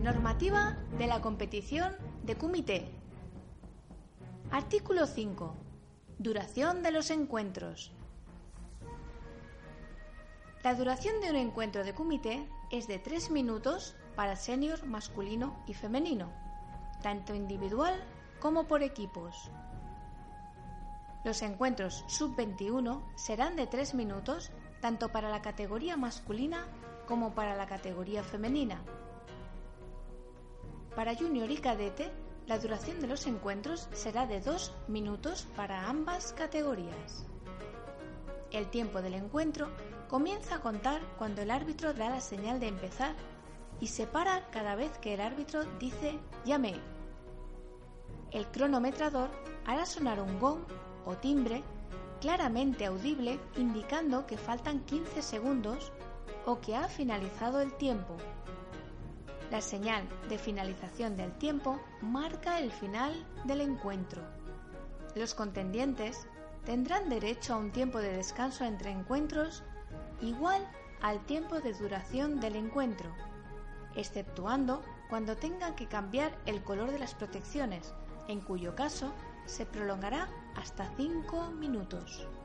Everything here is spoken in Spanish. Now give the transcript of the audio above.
Normativa de la competición de Kumite. Artículo 5. Duración de los encuentros. La duración de un encuentro de Kumite es de 3 minutos para senior masculino y femenino, tanto individual como por equipos. Los encuentros sub-21 serán de 3 minutos tanto para la categoría masculina como para la categoría femenina. Para junior y cadete, la duración de los encuentros será de 2 minutos para ambas categorías. El tiempo del encuentro comienza a contar cuando el árbitro da la señal de empezar y se para cada vez que el árbitro dice «llame». El cronometrador hará sonar un gong o timbre claramente audible indicando que faltan 15 segundos o que ha finalizado el tiempo. La señal de finalización del tiempo marca el final del encuentro. Los contendientes tendrán derecho a un tiempo de descanso entre encuentros igual al tiempo de duración del encuentro, exceptuando cuando tengan que cambiar el color de las protecciones, en cuyo caso se prolongará hasta 5 minutos.